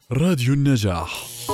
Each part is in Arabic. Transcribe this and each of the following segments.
راديو النجاح.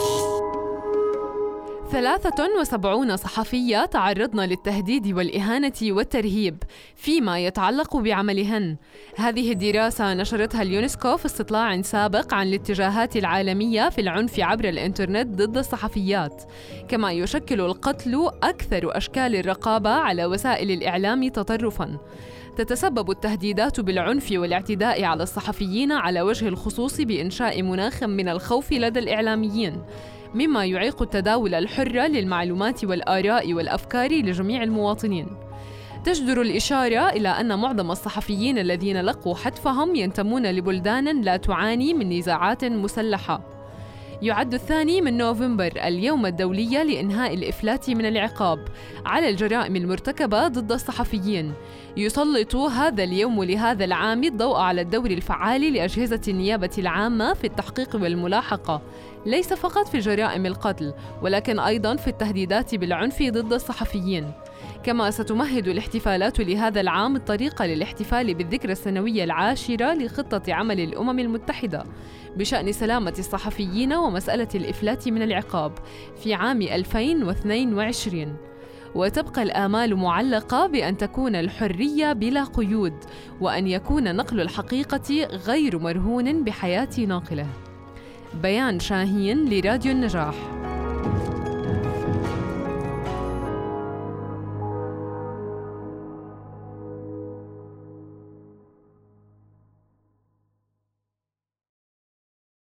73 صحفية تعرضن للتهديد والإهانة والترهيب فيما يتعلق بعملهن. هذه الدراسة نشرتها اليونسكو في استطلاع سابق عن الاتجاهات العالمية في العنف عبر الإنترنت ضد الصحفيات. كما يشكل القتل أكثر أشكال الرقابة على وسائل الإعلام تطرفاً. تتسبب التهديدات بالعنف والاعتداء على الصحفيين على وجه الخصوص بإنشاء مناخ من الخوف لدى الإعلاميين، مما يعيق التداول الحر للمعلومات والآراء والأفكار لجميع المواطنين. تجدر الإشارة إلى أن معظم الصحفيين الذين لقوا حتفهم ينتمون لبلدان لا تعاني من نزاعات مسلحة. يعد 2 نوفمبر اليوم الدولي لإنهاء الإفلات من العقاب على الجرائم المرتكبة ضد الصحفيين. يسلط هذا اليوم لهذا العام الضوء على الدور الفعال لأجهزة النيابة العامة في التحقيق والملاحقة، ليس فقط في جرائم القتل ولكن أيضاً في التهديدات بالعنف ضد الصحفيين. كما ستمهد الاحتفالات لهذا العام الطريق للاحتفال بالذكرى السنوية 10 لخطة عمل الأمم المتحدة بشأن سلامة الصحفيين ومسألة الإفلات من العقاب في عام 2022. وتبقى الآمال معلقة بأن تكون الحرية بلا قيود، وأن يكون نقل الحقيقة غير مرهون بحياة ناقله. بيان شاهين لراديو النجاح.